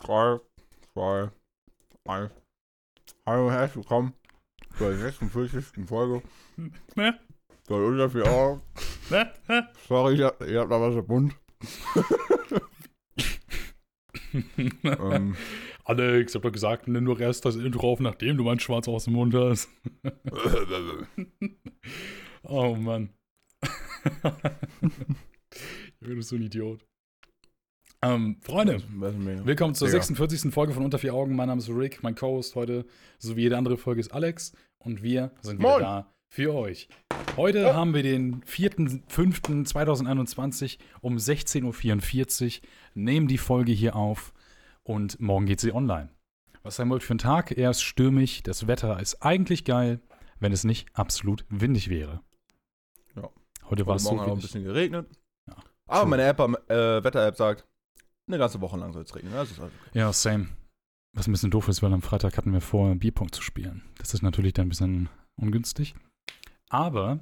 3, 2, 1. Hallo und herzlich willkommen zur 46. Folge. Ne? Von unter 4 Augen. Sorry, ihr habt da was im Mund. Alex, hab doch gesagt, nimm doch erst das Intro auf, nachdem du mein Schwarz aus dem Mund hast. Oh Mann. Du bist so ein Idiot. Freunde, willkommen zur 46. Folge von Unter 4 Augen. Mein Name ist Rick, mein Co-Host heute, so wie jede andere Folge, ist Alex. Und wir sind wieder da für euch. Heute haben wir den 4.5.2021 um 16.44 Uhr. Nehmen die Folge hier auf und morgen geht sie online. Was haben wir heute für einen Tag? Er ist stürmig, das Wetter ist eigentlich geil, wenn es nicht absolut windig wäre. Ja. Heute war es so morgen auch ein bisschen geregnet. Ja. Aber meine Wetter-App sagt, eine ganze Woche lang soll es regnen. Das ist also okay. Ja, same. Was ein bisschen doof ist, weil am Freitag hatten wir vor, Bierpong zu spielen. Das ist natürlich dann ein bisschen ungünstig. Aber,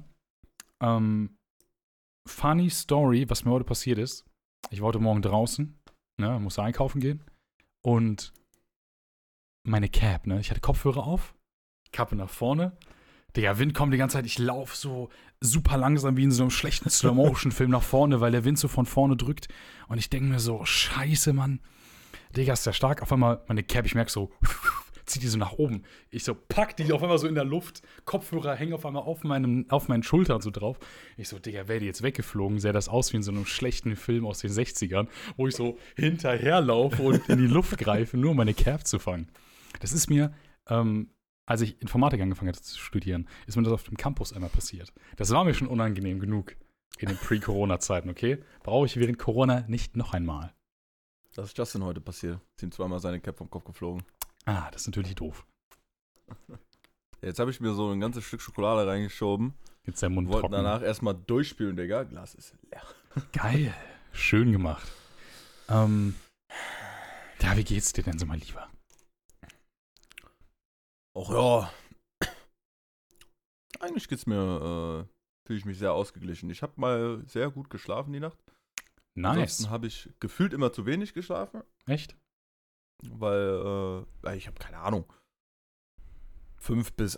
funny Story, was mir heute passiert ist. Ich war heute Morgen draußen, ne, musste einkaufen gehen. Und meine Cap, ne, ich hatte Kopfhörer auf, Kappe nach vorne. Der Wind kommt die ganze Zeit, ich laufe so super langsam wie in so einem schlechten Slow-Motion-Film nach vorne, weil der Wind so von vorne drückt. Und ich denke mir so, scheiße, Mann. Digga, ist der stark. Auf einmal, meine Cap, ich merke so, zieht die so nach oben. Ich so, pack die auf einmal so in der Luft. Kopfhörer hängen auf einmal auf meinen Schultern so drauf. Ich so, Digga, wäre die jetzt weggeflogen, sähe das aus wie in so einem schlechten Film aus den 60ern, wo ich so hinterherlaufe und in die Luft greife, nur um meine Cap zu fangen. Das ist mir, als ich Informatik angefangen hatte zu studieren, ist mir das auf dem Campus einmal passiert. Das war mir schon unangenehm genug in den Pre-Corona-Zeiten, okay? Brauche ich während Corona nicht noch einmal. Das ist Justin heute passiert. Ist ihm zweimal seine Cap vom Kopf geflogen. Ah, das ist natürlich doof. Jetzt habe ich mir so ein ganzes Stück Schokolade reingeschoben. Jetzt der Mund Wollten trocken. danach erstmal durchspülen, Digga. Glas ist leer. Geil. Schön gemacht. Ja, wie geht's dir denn so, mein Lieber? Och ja. Eigentlich geht's mir, fühle ich mich sehr ausgeglichen. Ich habe mal sehr gut geschlafen die Nacht. Nice. Ansonsten habe ich gefühlt immer zu wenig geschlafen. Echt? Weil ich habe keine Ahnung, 5 bis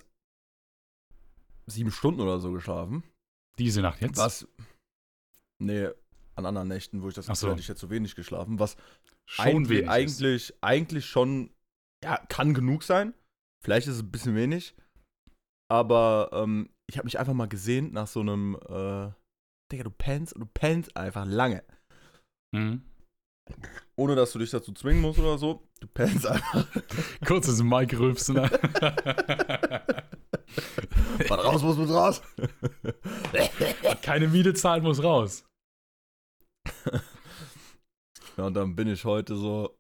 7 Stunden oder so geschlafen. Diese Nacht jetzt? Was? Nee, an anderen Nächten, wo ich das Gefühl hatte, ich hätte zu wenig geschlafen. Was schon wenig ist. eigentlich schon, ja, kann genug sein. Vielleicht ist es ein bisschen wenig. Aber ich habe mich einfach mal gesehnt nach so einem, Digga, du pennst einfach lange. Mhm. Ohne, dass du dich dazu zwingen musst oder so. Du pennst einfach. Kurzes Mike-Rülpsen. Was raus muss raus. Keine Miete zahlt, muss raus. Ja, und dann bin ich heute so.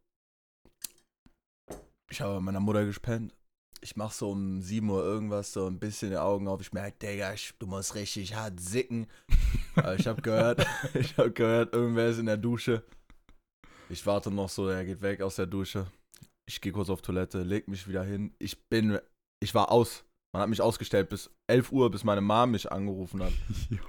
Ich habe bei meiner Mutter gepennt. Ich mach so um 7 Uhr irgendwas, so ein bisschen die Augen auf. Ich merke, Digga, du musst richtig hart sicken. Aber ich habe gehört, irgendwer ist in der Dusche. Ich warte noch so, er geht weg aus der Dusche. Ich gehe kurz auf Toilette, leg mich wieder hin. Ich war aus. Man hat mich ausgestellt bis 11 Uhr, bis meine Mom mich angerufen hat. Jo.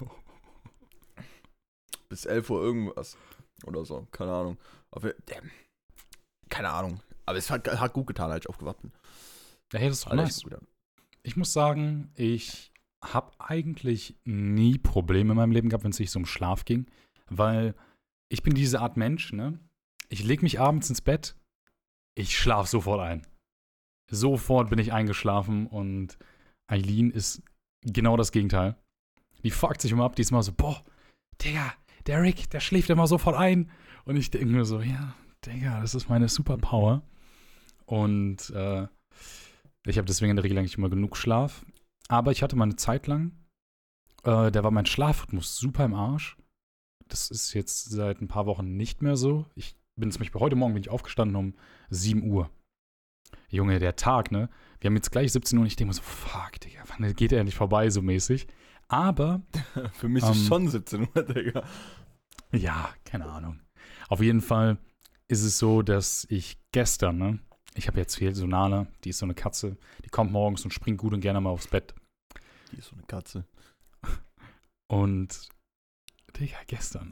Bis 11 Uhr irgendwas. Oder so, keine Ahnung. Keine Ahnung. Aber es hat gut getan, als ich aufgewacht bin. Ja, hey, das ist doch nice. Ich muss sagen, ich habe eigentlich nie Probleme in meinem Leben gehabt, wenn es sich so um Schlaf ging. Weil ich bin diese Art Mensch, ne? Ich leg mich abends ins Bett, ich schlafe sofort ein. Sofort bin ich eingeschlafen und Eileen ist genau das Gegenteil. Die fuckt sich immer ab, die ist immer so, boah, Digga, der Rick, der schläft immer sofort ein. Und ich denke mir so, ja, Digga, das ist meine Superpower. Und ich habe deswegen in der Regel eigentlich immer genug Schlaf. Aber ich hatte mal eine Zeit lang, da war mein Schlafrhythmus super im Arsch. Das ist jetzt seit ein paar Wochen nicht mehr so. Ich bin zum Beispiel heute Morgen bin ich aufgestanden um 7 Uhr. Junge, der Tag, ne? Wir haben jetzt gleich 17 Uhr und ich denke mir so, fuck, Digga, wann geht er endlich vorbei, so mäßig. Aber für mich ist schon 17 Uhr, Digga. Ja, keine Ahnung. Auf jeden Fall ist es so, dass ich gestern, ne? Ich habe jetzt hier so Nala, die ist so eine Katze, die kommt morgens und springt gut und gerne mal aufs Bett. Die ist so eine Katze. Und, Digga, gestern, ne?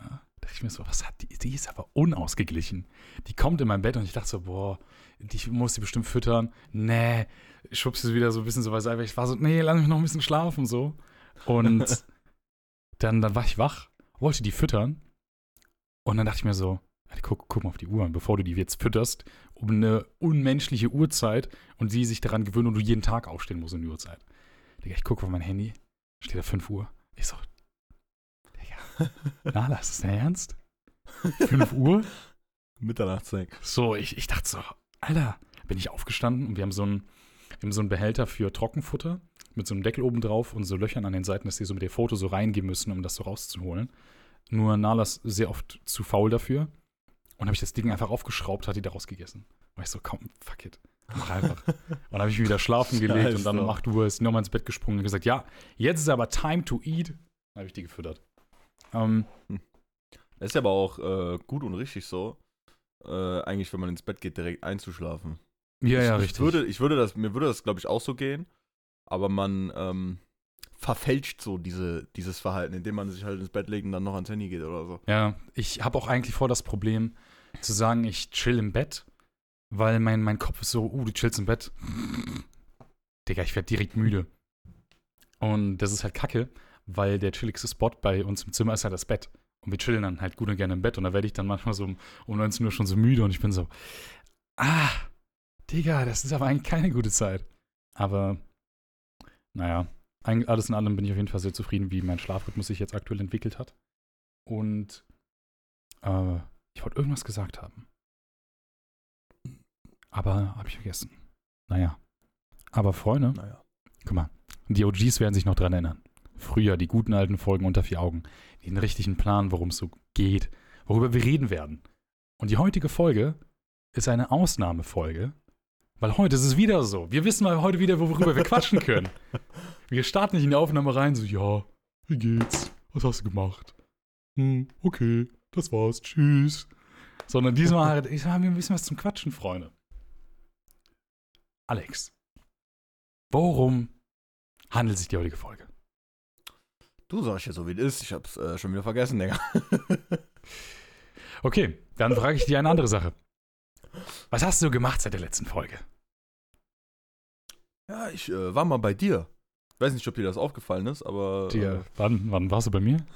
dachte ich mir so, was hat die? Die ist aber unausgeglichen. Die kommt in mein Bett und ich dachte so, boah, ich muss die bestimmt füttern. Nee, ich schubst sie wieder so ein bisschen so beiseite. Ich war so, nee, lass mich noch ein bisschen schlafen so. Und dann war ich wach, wollte die füttern. Und dann dachte ich mir so, guck mal auf die Uhr, bevor du die jetzt fütterst, um eine unmenschliche Uhrzeit und sie sich daran gewöhnen und du jeden Tag aufstehen musst um die Uhrzeit. Digga, ich gucke auf mein Handy, steht da 5 Uhr. Ich so, Digga, Nala, ist das dein Ernst? 5 Uhr? Mitternachtssnack. So, ich dachte so, Alter, bin ich aufgestanden und wir haben so einen Behälter für Trockenfutter mit so einem Deckel oben drauf und so Löchern an den Seiten, dass die so mit der Foto so reingehen müssen, um das so rauszuholen. Nur Nala ist sehr oft zu faul dafür. Und habe ich das Ding einfach aufgeschraubt, hat die daraus gegessen. War ich so, komm, fuck it, mach einfach. Und dann habe ich mich wieder schlafen gelegt und dann um 8 Uhr ist nochmal ins Bett gesprungen und gesagt, ja, jetzt ist aber time to eat. Dann habe ich die gefüttert. Das ist ja aber auch gut und richtig so, eigentlich, wenn man ins Bett geht, direkt einzuschlafen. Ja, richtig. Mir würde das, glaube ich, auch so gehen, aber man verfälscht so dieses Verhalten, indem man sich halt ins Bett legt und dann noch ans Handy geht oder so. Ja, ich habe auch eigentlich vor das Problem, zu sagen, ich chill im Bett, weil mein Kopf ist so, du chillst im Bett. Digga, ich werde direkt müde. Und das ist halt kacke, weil der chilligste Spot bei uns im Zimmer ist halt das Bett. Und wir chillen dann halt gut und gerne im Bett. Und da werde ich dann manchmal so um 19 Uhr schon so müde und ich bin so, Digga, das ist aber eigentlich keine gute Zeit. Aber, naja, alles in allem bin ich auf jeden Fall sehr zufrieden, wie mein Schlafrhythmus sich jetzt aktuell entwickelt hat. Und ich wollte irgendwas gesagt haben. Aber habe ich vergessen. Naja. Aber Freunde, guck mal, die OGs werden sich noch dran erinnern. Früher, die guten alten Folgen unter 4 Augen. Den richtigen Plan, worum es so geht. Worüber wir reden werden. Und die heutige Folge ist eine Ausnahmefolge. Weil heute ist es wieder so. Wir wissen mal heute wieder, worüber wir quatschen können. Wir starten nicht in die Aufnahme rein, so, ja, wie geht's? Was hast du gemacht? Okay, das war's, tschüss. Sondern diesmal haben wir ein bisschen was zum Quatschen, Freunde. Alex, worum handelt sich die heutige Folge? Du sagst ja so, wie es ist. Ich hab's schon wieder vergessen, Digga. Okay, dann frage ich dich eine andere Sache. Was hast du gemacht seit der letzten Folge? Ja, ich war mal bei dir. Ich weiß nicht, ob dir das aufgefallen ist, aber... Wann warst du bei mir?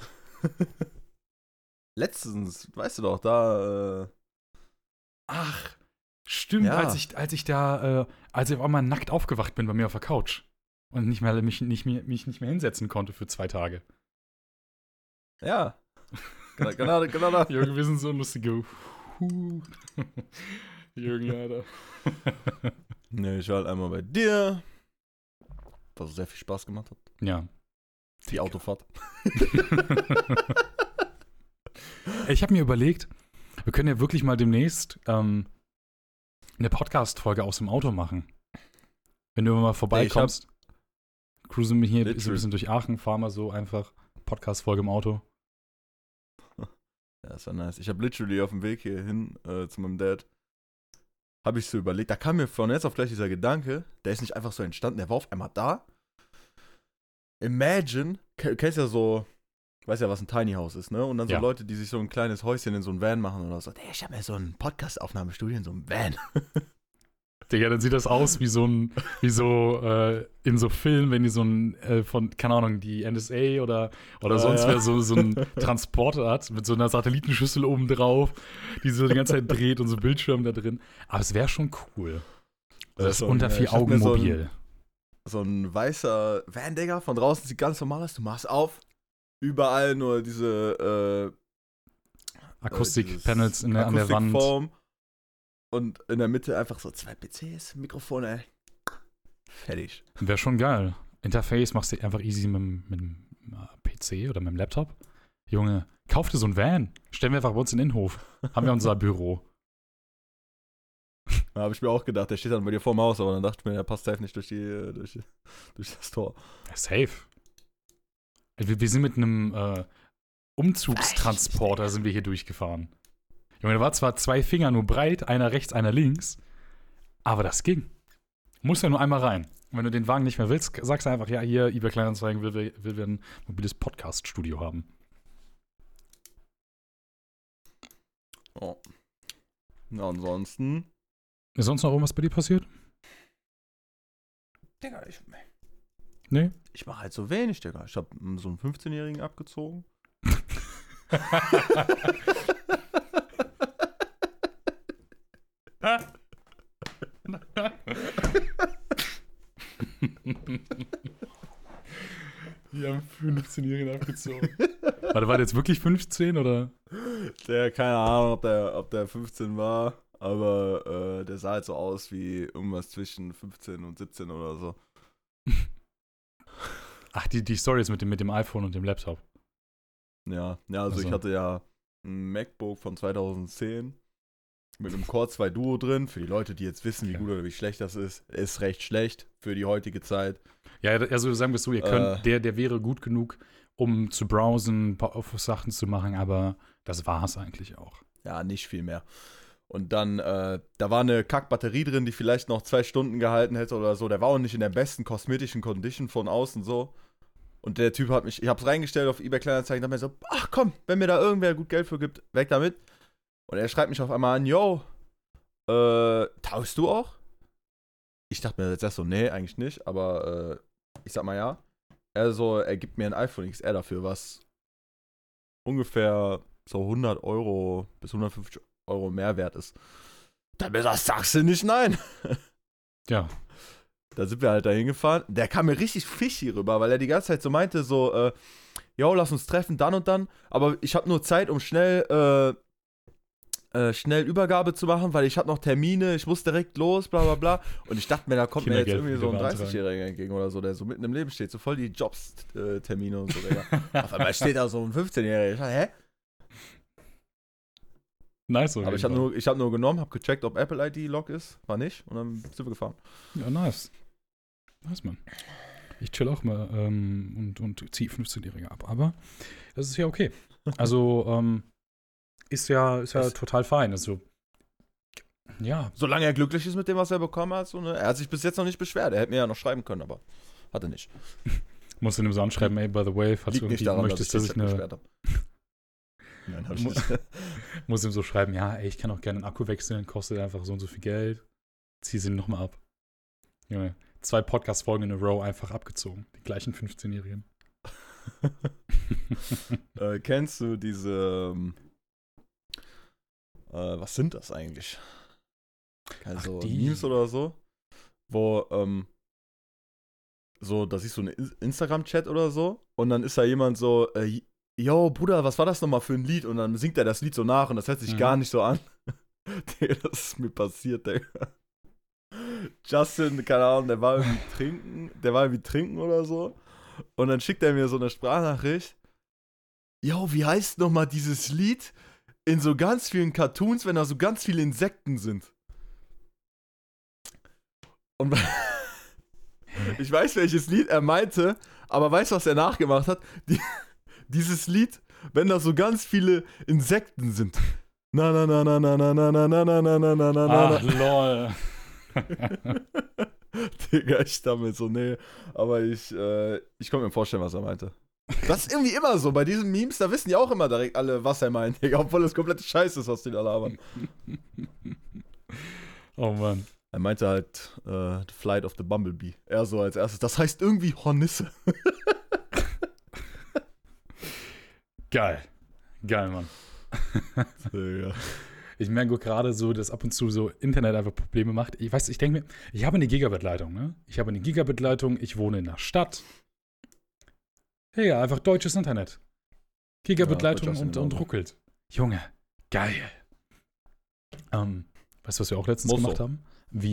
Letztens, weißt du doch, da... Ach, stimmt, ja. als ich auf einmal nackt aufgewacht bin bei mir auf der Couch und mich nicht mehr hinsetzen konnte für 2 Tage. Ja, genau da. Jürgen, wir sind so lustige Jürgen, Alter. Ne, ich war halt einmal bei dir, was sehr viel Spaß gemacht hat. Ja. Die Autofahrt. Ich habe mir überlegt, wir können ja wirklich mal demnächst eine Podcast-Folge aus dem Auto machen. Wenn du mal vorbeikommst, cruisen wir hier so ein bisschen durch Aachen, fahren wir so einfach Podcast-Folge im Auto. Ja, ist ja nice. Ich habe literally auf dem Weg hier hin zu meinem Dad, habe ich so überlegt, da kam mir von jetzt auf gleich dieser Gedanke, der ist nicht einfach so entstanden, der war auf einmal da. Imagine, kennst ja so, weißt ja, was ein Tiny House ist, ne? Und dann so Leute, die sich so ein kleines Häuschen in so ein Van machen oder so. Ich habe mir so ein Podcast-Aufnahmestudio in so einem Van. Digga, dann sieht das aus wie so in so Filmen, wenn die so ein, von, keine Ahnung, die NSA oder sonst wer so ein Transporter hat, mit so einer Satellitenschüssel oben drauf, die so die ganze Zeit dreht und so Bildschirm da drin. Aber es wäre schon cool. Das ist unter 4 Augen mobil. So ein weißer Van, Digga, von draußen sieht ganz normal aus, du machst auf, überall nur diese Akustik-Panels an der Wand. Und in der Mitte einfach so 2 PCs, Mikrofone. Fertig. Wäre schon geil. Interface machst du einfach easy mit dem PC oder mit dem Laptop. Junge, kauf dir so ein Van. Stellen wir einfach bei uns in den Innenhof. Haben wir unser Büro. Da habe ich mir auch gedacht, der steht dann bei dir vorm Haus, aber dann dachte ich mir, der passt safe nicht durch das Tor. Safe. Wir sind mit einem Umzugstransporter sind wir hier durchgefahren. Junge, der war zwar 2 Finger nur breit, einer rechts, einer links, aber das ging. Muss ja nur einmal rein. Und wenn du den Wagen nicht mehr willst, sagst du einfach, ja, hier, eBay Kleinanzeigen will wir ein mobiles Podcast-Studio haben. Oh. Na, ansonsten. Ist sonst noch irgendwas bei dir passiert? Digga, Nee? ich mache halt so wenig, Digga. Ich habe so einen 15-Jährigen abgezogen. Die haben 15-Jährigen abgezogen. Warte, war der jetzt wirklich 15 oder? Keine Ahnung, ob der 15 war, aber der sah halt so aus wie irgendwas zwischen 15 und 17 oder so. Ach, die Story ist mit dem iPhone und dem Laptop. Ja, also ich hatte ja ein MacBook von 2010 mit einem Core 2 Duo drin. Für die Leute, die jetzt wissen, wie gut oder wie schlecht das ist recht schlecht für die heutige Zeit. Ja, also sagen wir es so, ihr könnt, der wäre gut genug, um zu browsen, ein paar Sachen zu machen, aber das war es eigentlich auch. Ja, nicht viel mehr. Und dann, da war eine Kackbatterie drin, die vielleicht noch 2 Stunden gehalten hätte oder so. Der war auch nicht in der besten kosmetischen Condition von außen so. Und der Typ hat mich, ich hab's reingestellt auf eBay Kleinanzeigen, und dachte mir so, ach komm, wenn mir da irgendwer gut Geld für gibt, weg damit. Und er schreibt mich auf einmal an, yo, tauschst du auch? Ich dachte mir jetzt erst so, nee, eigentlich nicht, aber ich sag mal ja. Er gibt mir ein iPhone XR dafür, was ungefähr so 100 Euro bis 150 Euro mehr wert ist. Da sagst du nicht nein. Ja. Da sind wir halt da hingefahren. Der kam mir richtig fishy rüber, weil er die ganze Zeit so meinte, so, yo, lass uns treffen, dann und dann. Aber ich habe nur Zeit, um schnell Übergabe zu machen, weil ich habe noch Termine, ich muss direkt los, bla bla bla. Und ich dachte mir, da kommt mir jetzt irgendwie so ein 30-Jähriger entgegen oder so, der so mitten im Leben steht, so voll die Jobs-Termine und so, Digga. Auf einmal steht da so ein 15-Jähriger. Ich dachte, hä? Nice, aber ich hab nur genommen, hab gecheckt, ob Apple ID Log ist, war nicht, und dann sind wir gefahren. Ja, nice. Nice, Mann. Ich chill auch mal und ziehe 15-Jährige ab, aber das ist ja okay. Also, ist ja total fein. Also, ja. Solange er glücklich ist mit dem, was er bekommen hat, so, ne? Er hat sich bis jetzt noch nicht beschwert. Er hätte mir ja noch schreiben können, aber hat er nicht. Musst du ihm so anschreiben, ey, by the way, falls du irgendwie daran, möchtest, dass ich eine. Beschwert habe. Nein, hab ich nicht. Muss ihm so schreiben, ja, ey, ich kann auch gerne einen Akku wechseln, kostet einfach so und so viel Geld. Zieh sie nochmal ab. Junge, 2 Podcast-Folgen in a row einfach abgezogen. Die gleichen 15-Jährigen. Kennst du diese was sind das eigentlich? Also Memes oder so? Wo, so, da siehst du einen Instagram-Chat oder so und dann ist da jemand so, yo, Bruder, was war das nochmal für ein Lied? Und dann singt er das Lied so nach und das hört sich gar nicht so an. Digga, das ist mir passiert, Digga. Justin, keine Ahnung, der war irgendwie trinken oder so. Und dann schickt er mir so eine Sprachnachricht. Yo, wie heißt nochmal dieses Lied in so ganz vielen Cartoons, wenn da so ganz viele Insekten sind? Und ich weiß, welches Lied er meinte, aber weißt du, was er nachgemacht hat? Dieses Lied, wenn da so ganz viele Insekten sind. Na na na na na na na na na na na na na na. Ach, lol. Digga, ich dachte mir so, nee. Aber ich konnte mir vorstellen, was er meinte. Das ist irgendwie immer so. Bei diesen Memes, da wissen die auch immer direkt alle, was er meint, Digga. Obwohl das komplette Scheiße ist, was die da labern. Oh Mann. Er meinte halt The Flight of the Bumblebee. Er so als erstes. Das heißt irgendwie Hornisse. Geil. Geil, Mann. Ja. Ich merke gerade so, dass ab und zu so Internet einfach Probleme macht. Ich denke mir, ich habe eine Gigabit-Leitung, ne? Ich habe eine Gigabit-Leitung, ich wohne in der Stadt. Hey, ja, einfach deutsches Internet. Gigabit-Leitung und ruckelt. Junge, geil. Weißt du, was wir auch letztens gemacht haben?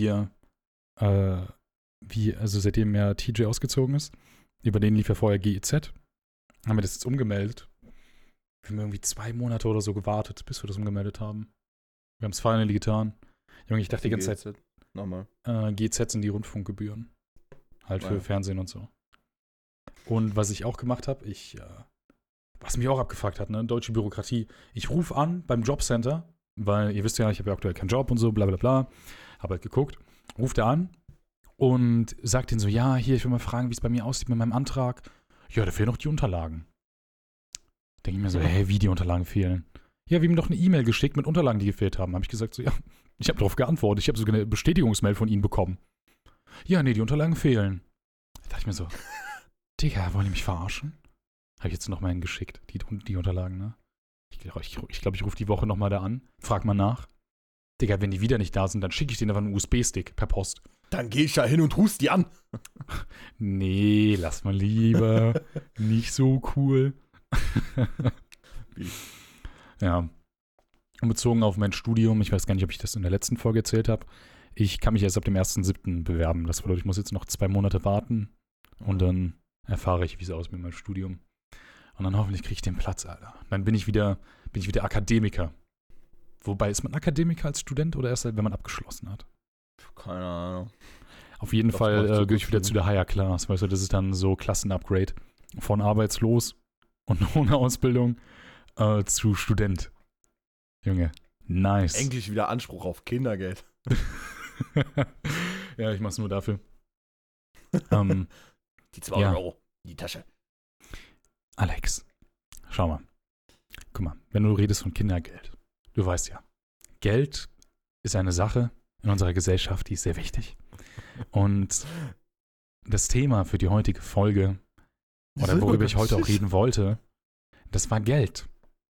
Also seitdem ja TJ ausgezogen ist, über den lief ja vorher GEZ, haben wir das jetzt umgemeldet. Wir haben irgendwie 2 Monate oder so gewartet, bis wir das umgemeldet haben. Wir haben es finally getan. Junge, ich dachte die ganze Zeit, nochmal. GEZ sind die Rundfunkgebühren. Halt für Fernsehen und so. Und was ich auch gemacht habe, was mich auch abgefuckt hat, ne, deutsche Bürokratie. Ich rufe an beim Jobcenter, weil ihr wisst ja, ich habe ja aktuell keinen Job und so, bla bla bla. Habe halt geguckt, ruft er an und sagt denen so, ja, hier, ich will mal fragen, wie es bei mir aussieht mit meinem Antrag. Ja, da fehlen noch die Unterlagen. Denke ich mir so, hey, wie die Unterlagen fehlen? Ja, wir haben doch eine E-Mail geschickt mit Unterlagen, die gefehlt haben. Habe ich gesagt, so, ja, ich habe darauf geantwortet. Ich habe sogar eine Bestätigungsmail von Ihnen bekommen. Ja, nee, die Unterlagen fehlen. Da dachte ich mir so, Digga, wollen die mich verarschen? Habe ich jetzt noch mal einen geschickt, die Unterlagen, ne? Ich glaube, ich rufe die Woche noch mal da an, frag mal nach. Digga, wenn die wieder nicht da sind, dann schicke ich denen einfach einen USB-Stick per Post. Dann geh ich ja hin und rufst die an. Nee, lass mal lieber. Nicht so cool. Wie? Ja. Und bezogen auf mein Studium, ich weiß gar nicht, ob ich das in der letzten Folge erzählt habe, ich kann mich erst ab dem 1.7. bewerben. Das bedeutet, ich muss jetzt noch 2 Monate warten und dann erfahre ich, wie es aussieht mit meinem Studium. Und dann hoffentlich kriege ich den Platz, Alter. Dann bin ich wieder Akademiker. Wobei, ist man Akademiker als Student oder erst, wenn man abgeschlossen hat? Keine Ahnung. Auf jeden Fall gehe ich wieder zu der Higher Class. Weißt du, das ist dann so Klassenupgrade. Von arbeitslos und ohne Ausbildung zu Student. Junge, nice. Endlich wieder Anspruch auf Kindergeld. Ja, ich mach's nur dafür. Die 200 Euro in die Tasche. Alex, schau mal. Guck mal, wenn du redest von Kindergeld, du weißt ja, Geld ist eine Sache in unserer Gesellschaft, die ist sehr wichtig. Und das Thema für die heutige Folge, oder worüber ich heute auch reden wollte, das war Geld.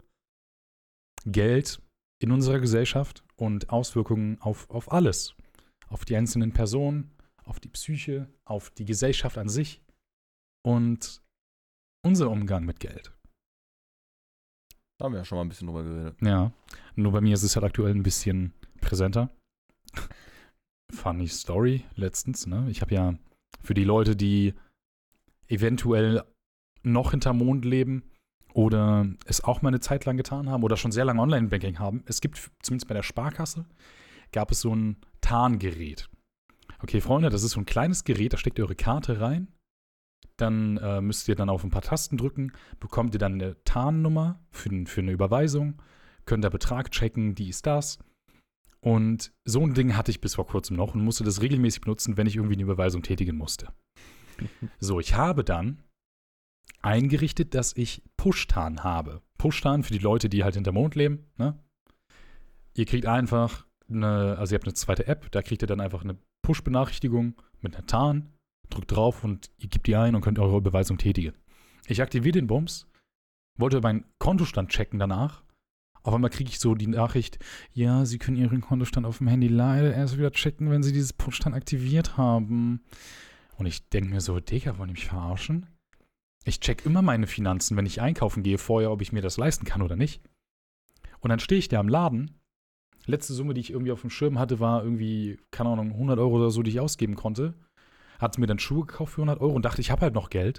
Geld in unserer Gesellschaft und Auswirkungen auf alles. Auf die einzelnen Personen, auf die Psyche, auf die Gesellschaft an sich und unser Umgang mit Geld. Da haben wir ja schon mal ein bisschen drüber geredet. Ja, nur bei mir ist es halt aktuell ein bisschen präsenter. Funny Story letztens, ne? Ich habe ja für die Leute, die eventuell noch hinterm Mond leben oder es auch mal eine Zeit lang getan haben oder schon sehr lange Online-Banking haben, es gibt, zumindest bei der Sparkasse, gab es so ein Tarngerät. Okay, Freunde, das ist so ein kleines Gerät, da steckt ihr eure Karte rein, dann müsst ihr dann auf ein paar Tasten drücken, bekommt ihr dann eine Tarnnummer für eine Überweisung, könnt da Betrag checken, die ist das. Und so ein Ding hatte ich bis vor kurzem noch und musste das regelmäßig benutzen, wenn ich irgendwie eine Überweisung tätigen musste. So, ich habe dann eingerichtet, dass ich Push-Tarn habe. Push-Tarn für die Leute, die halt hinterm Mond leben, ne? Ihr kriegt einfach ihr habt eine zweite App, da kriegt ihr dann einfach eine Push-Benachrichtigung mit einer Tarn, drückt drauf und ihr gebt die ein und könnt eure Überweisung tätigen. Ich aktiviere den Bums, wollte meinen Kontostand checken danach. Auf einmal kriege ich so die Nachricht, ja, Sie können Ihren Kontostand auf dem Handy leider erst wieder checken, wenn Sie dieses Push-Tarn aktiviert haben. Und ich denke mir so, Digga, wollen die mich verarschen? Ich check immer meine Finanzen, wenn ich einkaufen gehe, vorher, ob ich mir das leisten kann oder nicht. Und dann stehe ich da im Laden. Letzte Summe, die ich irgendwie auf dem Schirm hatte, war irgendwie, keine Ahnung, 100 Euro oder so, die ich ausgeben konnte. Hatte mir dann Schuhe gekauft für 100 Euro und dachte, ich habe halt noch Geld.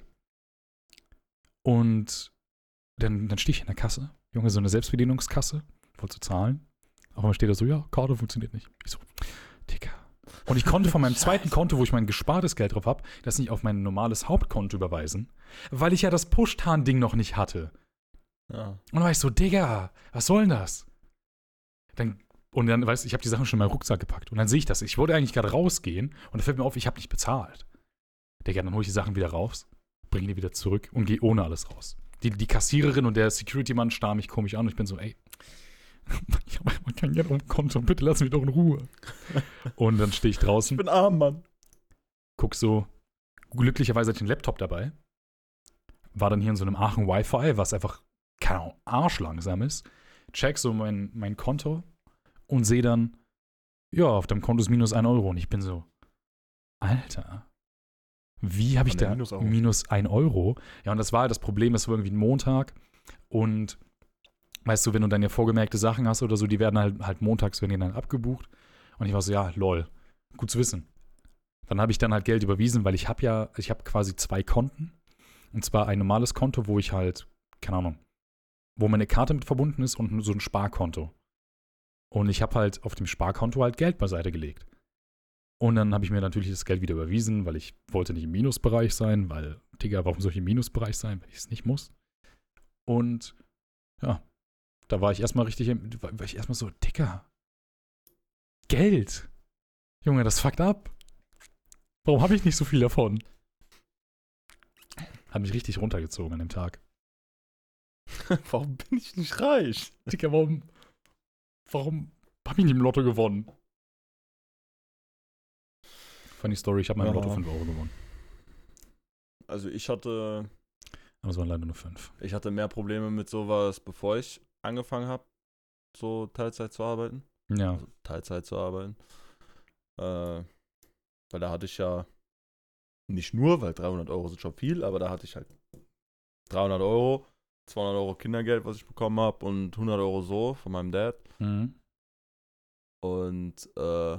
Und dann stehe ich in der Kasse. Junge, so eine Selbstbedienungskasse. Wollte zu zahlen. Auf einmal steht da so, ja, Karte funktioniert nicht. Ich so, Digga. Und ich konnte von meinem zweiten Konto, wo ich mein gespartes Geld drauf habe, das nicht auf mein normales Hauptkonto überweisen, weil ich ja das Push-Tarn-Ding noch nicht hatte. Ja. Und dann war ich so, Digga, was soll denn das? Und dann, weißt du, ich habe die Sachen schon in meinen Rucksack gepackt. Und dann sehe ich das. Ich wollte eigentlich gerade rausgehen und da fällt mir auf, ich habe nicht bezahlt. Digga, dann hole ich die Sachen wieder raus, bringe die wieder zurück und gehe ohne alles raus. Die Kassiererin und der Security-Mann starren mich komisch an und ich bin so, ey, ich habe einfach kein Geld auf dem Konto, bitte lass mich doch in Ruhe. Und dann stehe ich draußen. Ich bin arm, Mann. Guck so, glücklicherweise hatte ich einen Laptop dabei. War dann hier in so einem Aachen Wi-Fi, was einfach, keine Ahnung, arschlangsam ist. Check so mein Konto und sehe dann, ja, auf deinem Konto ist minus 1 Euro. Und ich bin so, Alter, wie habe ich da minus 1 Euro? Ja, und das war halt das Problem, es war irgendwie ein Montag und weißt du, wenn du dann ja vorgemerkte Sachen hast oder so, die werden halt montags, werden die dann abgebucht. Und ich war so, ja, lol, gut zu wissen. Dann habe ich dann halt Geld überwiesen, weil ich habe quasi 2 Konten. Und zwar ein normales Konto, wo ich halt, keine Ahnung, wo meine Karte mit verbunden ist und so ein Sparkonto. Und ich habe halt auf dem Sparkonto halt Geld beiseite gelegt. Und dann habe ich mir natürlich das Geld wieder überwiesen, weil ich wollte nicht im Minusbereich sein, weil, Digga, warum soll ich im Minusbereich sein, wenn ich es nicht muss? Und ja, da war ich erstmal so, Digga, Geld. Junge, das fuckt ab. Warum habe ich nicht so viel davon? Hat mich richtig runtergezogen an dem Tag. Warum bin ich nicht reich? Digga, warum hab ich nicht im Lotto gewonnen? Funny Story, ich habe meinem Lotto 5 Euro gewonnen. Also ich hatte Aber es waren leider nur 5. Ich hatte mehr Probleme mit sowas, bevor ich angefangen habe, so Teilzeit zu arbeiten. Ja. Also Teilzeit zu arbeiten. Weil da hatte ich ja nicht nur, weil 300 Euro sind schon viel, aber da hatte ich halt 300 Euro, 200 Euro Kindergeld, was ich bekommen habe und 100 Euro so von meinem Dad. Mhm. Und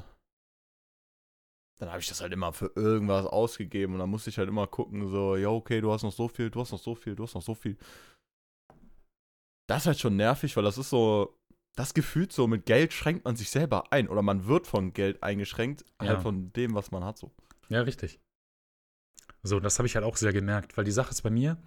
dann habe ich das halt immer für irgendwas ausgegeben und dann musste ich halt immer gucken, so, ja, okay, du hast noch so viel, du hast noch so viel, du hast noch so viel. Das ist halt schon nervig, weil das ist so, das Gefühl so, mit Geld schränkt man sich selber ein oder man wird von Geld eingeschränkt, halt von dem, was man hat, so. Ja, richtig. So, das habe ich halt auch sehr gemerkt, weil die Sache ist bei mir,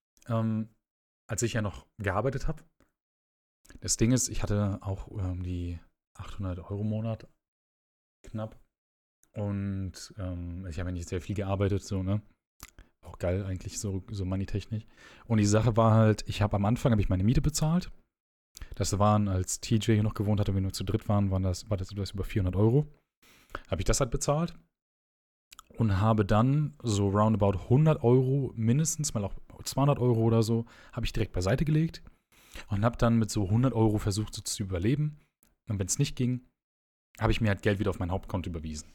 als ich ja noch gearbeitet habe, das Ding ist, ich hatte auch die 800 Euro im Monat knapp und ich habe ja nicht sehr viel gearbeitet, so, ne? Auch geil eigentlich, so moneytechnisch. Und die Sache war halt, am Anfang habe ich meine Miete bezahlt. Das waren, als TJ hier noch gewohnt hatte und wir nur zu dritt waren, war das über 400 Euro. Habe ich das halt bezahlt und habe dann so roundabout 100 Euro mindestens, mal auch 200 Euro oder so, habe ich direkt beiseite gelegt und habe dann mit so 100 Euro versucht, so zu überleben. Und wenn es nicht ging, habe ich mir halt Geld wieder auf mein Hauptkonto überwiesen.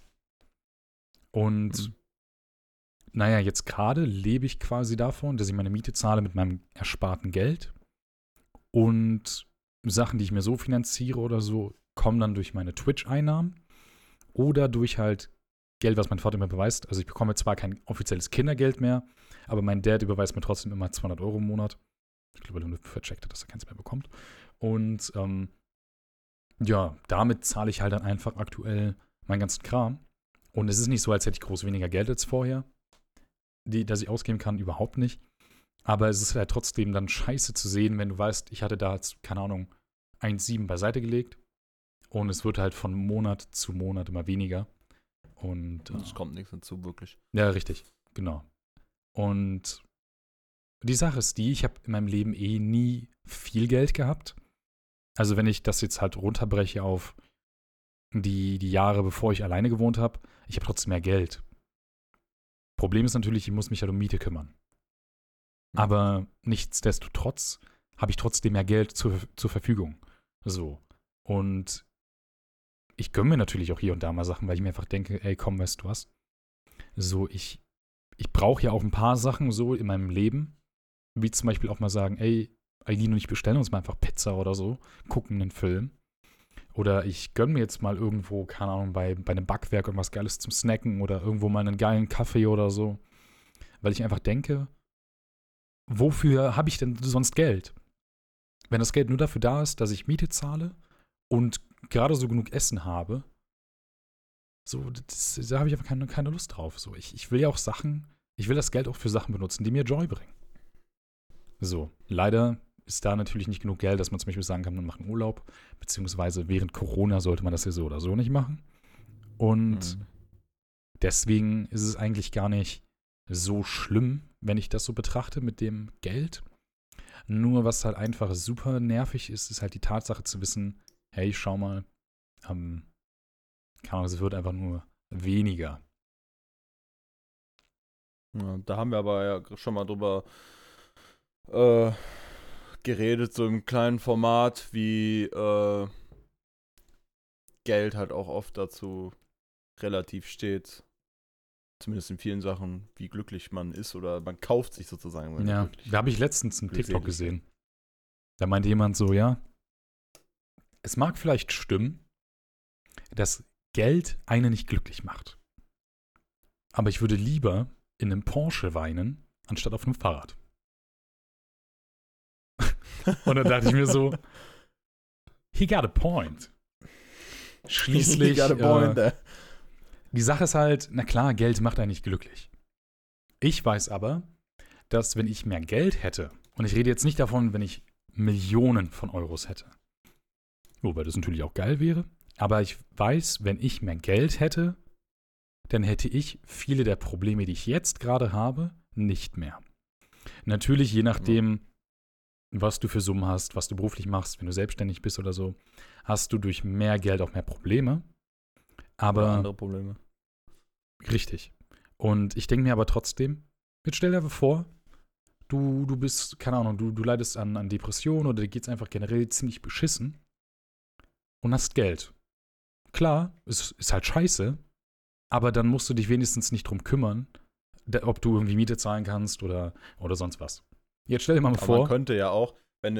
Und naja, jetzt gerade lebe ich quasi davon, dass ich meine Miete zahle mit meinem ersparten Geld. Und Sachen, die ich mir so finanziere oder so, kommen dann durch meine Twitch-Einnahmen oder durch halt Geld, was mein Vater mir beweist. Also ich bekomme zwar kein offizielles Kindergeld mehr, aber mein Dad überweist mir trotzdem immer 200 Euro im Monat. Ich glaube, er nur vercheckt hat, dass er keins mehr bekommt. Und ja, damit zahle ich halt dann einfach aktuell meinen ganzen Kram. Und es ist nicht so, als hätte ich groß weniger Geld als vorher, das ich ausgeben kann, überhaupt nicht. Aber es ist halt trotzdem dann scheiße zu sehen, wenn du weißt, ich hatte da jetzt, keine Ahnung, 1,7 beiseite gelegt und es wird halt von Monat zu Monat immer weniger. Und es kommt nichts hinzu, wirklich. Ja, richtig, genau. Und die Sache ist die, ich habe in meinem Leben nie viel Geld gehabt. Also wenn ich das jetzt halt runterbreche auf die Jahre, bevor ich alleine gewohnt habe, ich habe trotzdem mehr Geld. Problem ist natürlich, ich muss mich halt um Miete kümmern. Aber nichtsdestotrotz habe ich trotzdem mehr Geld zur Verfügung. So. Und ich gönne mir natürlich auch hier und da mal Sachen, weil ich mir einfach denke, ey, komm, weißt du was? So, ich brauche ja auch ein paar Sachen so in meinem Leben, wie zum Beispiel auch mal sagen, ey, Aileen und ich bestellen uns mal einfach Pizza oder so, gucken einen Film. Oder ich gönne mir jetzt mal irgendwo, keine Ahnung, bei einem Backwerk irgendwas Geiles zum Snacken oder irgendwo mal einen geilen Kaffee oder so. Weil ich einfach denke, wofür habe ich denn sonst Geld? Wenn das Geld nur dafür da ist, dass ich Miete zahle und gerade so genug Essen habe, so, da habe ich einfach keine Lust drauf. So, ich will ja auch ich will das Geld auch für Sachen benutzen, die mir Joy bringen. So, leider ist da natürlich nicht genug Geld, dass man zum Beispiel sagen kann, man macht einen Urlaub, beziehungsweise während Corona sollte man das ja so oder so nicht machen. Und deswegen ist es eigentlich gar nicht so schlimm, wenn ich das so betrachte mit dem Geld. Nur was halt einfach super nervig ist, ist halt die Tatsache zu wissen, hey, schau mal, keine Ahnung, es wird einfach nur weniger. Ja, da haben wir aber ja schon mal drüber geredet, so im kleinen Format, wie Geld halt auch oft dazu relativ steht, zumindest in vielen Sachen, wie glücklich man ist oder man kauft sich sozusagen. Wenn Ja, da habe ich letztens einen TikTok gesehen. Da meinte jemand so, ja, es mag vielleicht stimmen, dass Geld einen nicht glücklich macht. Aber ich würde lieber in einem Porsche weinen, anstatt auf einem Fahrrad. Und dann dachte ich mir so, he got a point. Schließlich, die Sache ist halt, na klar, Geld macht einen nicht glücklich. Ich weiß aber, dass wenn ich mehr Geld hätte, und ich rede jetzt nicht davon, wenn ich Millionen von Euros hätte, wobei das natürlich auch geil wäre, aber ich weiß, wenn ich mehr Geld hätte, dann hätte ich viele der Probleme, die ich jetzt gerade habe, nicht mehr. Natürlich, je nachdem, was du für Summen hast, was du beruflich machst, wenn du selbstständig bist oder so, hast du durch mehr Geld auch mehr Probleme. Aber Oder andere Probleme. Richtig. Und ich denke mir aber trotzdem, jetzt stell dir einfach vor, du bist, keine Ahnung, du leidest an Depressionen oder dir geht's einfach generell ziemlich beschissen und hast Geld. Klar, es ist halt scheiße, aber dann musst du dich wenigstens nicht drum kümmern, ob du irgendwie Miete zahlen kannst oder sonst was. Jetzt stell dir mal Aber vor. man könnte ja auch, wenn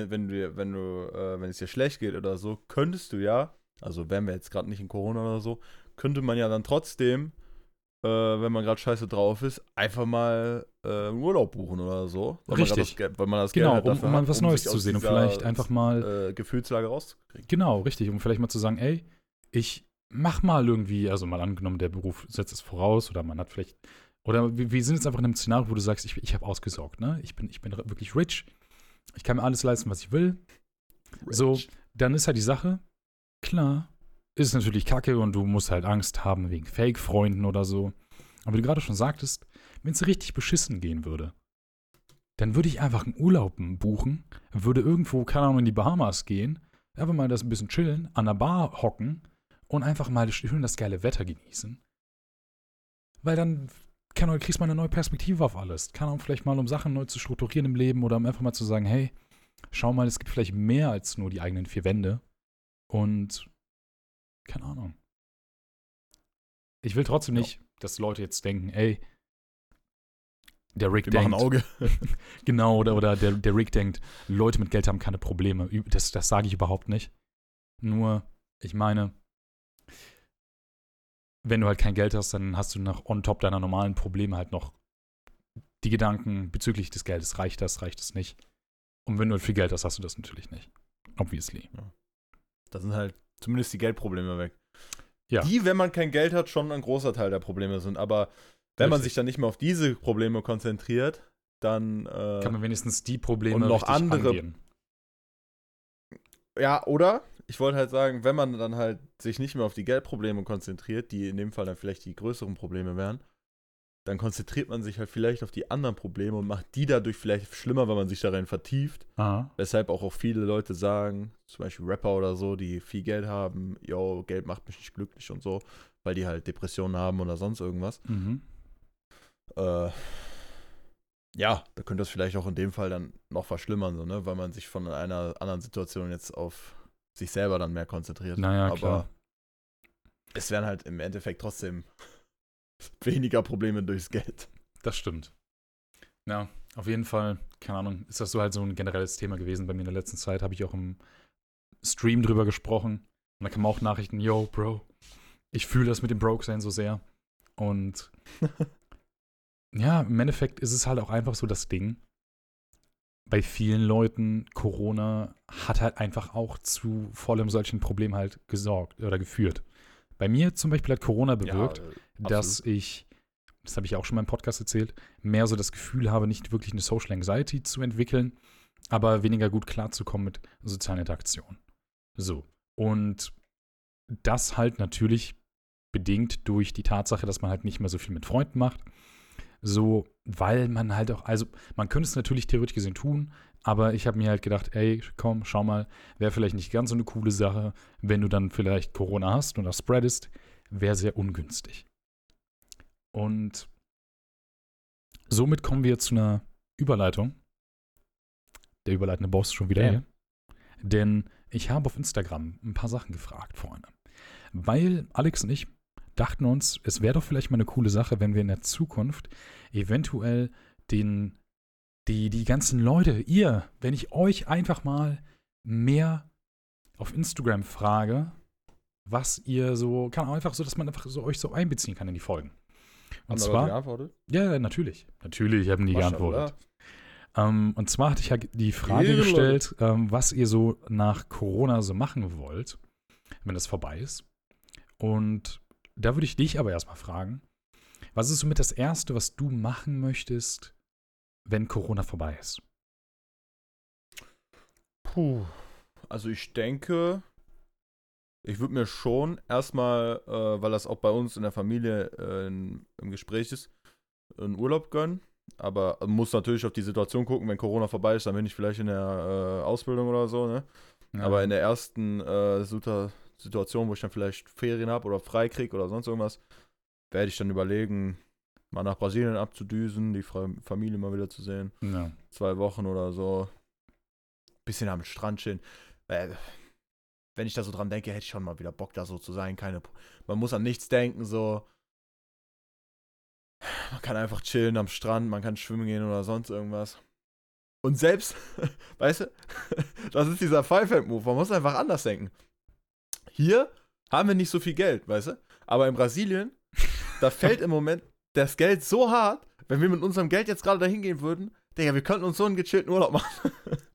es dir schlecht geht oder so, könntest du ja, also wären wir jetzt gerade nicht in Corona oder so, könnte man ja dann trotzdem, wenn man gerade scheiße drauf ist, einfach mal einen Urlaub buchen oder so. Richtig. Weil man das Genau, Geld halt dafür um mal hat, was Neues sich zu aus sehen und dieser, vielleicht einfach mal Gefühlslage rauszukriegen. Genau, richtig. Um vielleicht mal zu sagen, ey, ich mach mal irgendwie, also mal angenommen, der Beruf setzt es voraus oder man hat vielleicht, oder wir sind jetzt einfach in einem Szenario, wo du sagst, ich habe ausgesorgt, ne? Ich bin wirklich rich, ich kann mir alles leisten, was ich will. Rich. So, dann ist halt die Sache, klar, ist natürlich kacke und du musst halt Angst haben wegen Fake-Freunden oder so. Aber wie du gerade schon sagtest, wenn es richtig beschissen gehen würde, dann würde ich einfach einen Urlaub buchen, würde irgendwo, keine Ahnung, in die Bahamas gehen, einfach mal das ein bisschen chillen, an der Bar hocken und einfach mal schön das geile Wetter genießen. Weil dann kriegst du mal eine neue Perspektive auf alles. Keine Ahnung, vielleicht mal, um Sachen neu zu strukturieren im Leben oder um einfach mal zu sagen, hey, schau mal, es gibt vielleicht mehr als nur die eigenen vier Wände. Und keine Ahnung. Ich will trotzdem nicht, dass Leute jetzt denken, ey, der Rick Wir machen denkt. Auge. Genau, oder der Rick denkt, Leute mit Geld haben keine Probleme. Das sage ich überhaupt nicht. Nur, ich meine, wenn du halt kein Geld hast, dann hast du noch on top deiner normalen Probleme halt noch die Gedanken bezüglich des Geldes. Reicht es nicht? Und wenn du halt viel Geld hast, hast du das natürlich nicht. Obviously. Ja. Da sind halt zumindest die Geldprobleme weg. Ja. Die, wenn man kein Geld hat, schon ein großer Teil der Probleme sind. Aber wenn man Richtig. sich dann nicht mehr auf diese Probleme konzentriert, dann Kann man wenigstens die Probleme und noch richtig andere angehen. Ja, oder? Ich wollte halt sagen, wenn man dann halt sich nicht mehr auf die Geldprobleme konzentriert, die in dem Fall dann vielleicht die größeren Probleme wären, dann konzentriert man sich halt vielleicht auf die anderen Probleme und macht die dadurch vielleicht schlimmer, weil man sich darin vertieft. Aha. Weshalb auch viele Leute sagen, zum Beispiel Rapper oder so, die viel Geld haben, yo, Geld macht mich nicht glücklich und so, weil die halt Depressionen haben oder sonst irgendwas. Mhm. Ja, da könnte das vielleicht auch in dem Fall dann noch verschlimmern, so, ne? Weil man sich von einer anderen Situation jetzt auf sich selber dann mehr konzentriert. Naja, aber klar. es wären halt im Endeffekt trotzdem weniger Probleme durchs Geld. Das stimmt. Ja, auf jeden Fall, keine Ahnung, ist das so halt so ein generelles Thema gewesen bei mir in der letzten Zeit. Habe ich auch im Stream drüber gesprochen. Und da kamen auch Nachrichten, yo, Bro, ich fühle das mit dem Broke-Sein so sehr. Und ja, im Endeffekt ist es halt auch einfach so das Ding. Bei vielen Leuten, Corona hat halt einfach auch zu vollem solchen Problem halt gesorgt oder geführt. Bei mir zum Beispiel hat Corona bewirkt, dass ich, das habe ich auch schon mal im Podcast erzählt, mehr so das Gefühl habe, nicht wirklich eine Social Anxiety zu entwickeln, aber weniger gut klarzukommen mit sozialen Interaktionen. So. Und das halt natürlich bedingt durch die Tatsache, dass man halt nicht mehr so viel mit Freunden macht. So, weil man halt auch, also man könnte es natürlich theoretisch gesehen tun, aber ich habe mir halt gedacht, ey, komm, schau mal, wäre vielleicht nicht ganz so eine coole Sache, wenn du dann vielleicht Corona hast und das spreadest, wäre sehr ungünstig. Und somit kommen wir zu einer Überleitung. Der überleitende Boss schon wieder hier. Denn ich habe auf Instagram ein paar Sachen gefragt, Freunde. Weil Alex und ich dachten uns, es wäre doch vielleicht mal eine coole Sache, wenn wir in der Zukunft eventuell die ganzen Leute, wenn ich euch einfach mal mehr auf Instagram frage, was ihr so, kann auch einfach so, dass man einfach so euch so einbeziehen kann in die Folgen. Und zwar, geantwortet? Ja, natürlich. Natürlich haben die geantwortet. Und zwar hatte ich ja die Frage gestellt, was ihr so nach Corona so machen wollt, wenn das vorbei ist. Und da würde ich dich aber erstmal fragen, was ist somit das Erste, was du machen möchtest, wenn Corona vorbei ist? Puh. Also ich denke, ich würde mir schon erstmal, weil das auch bei uns in der Familie im Gespräch ist, einen Urlaub gönnen. Aber muss natürlich auf die Situation gucken, wenn Corona vorbei ist, dann bin ich vielleicht in der Ausbildung oder so, ne? Ja. Aber in der ersten Situation, wo ich dann vielleicht Ferien habe oder frei krieg oder sonst irgendwas, werde ich dann überlegen, mal nach Brasilien abzudüsen, die Familie mal wieder zu sehen. Ja. 2 Wochen oder so. Bisschen am Strand chillen. Wenn ich da so dran denke, hätte ich schon mal wieder Bock, da so zu sein. Man muss an nichts denken, so. Man kann einfach chillen am Strand, man kann schwimmen gehen oder sonst irgendwas. Und selbst, weißt du, das ist dieser Five-Hand-Move. Man muss einfach anders denken. Hier haben wir nicht so viel Geld, weißt du? Aber in Brasilien, da fällt im Moment das Geld so hart, wenn wir mit unserem Geld jetzt gerade dahin gehen würden, Digga, wir könnten uns so einen gechillten Urlaub machen.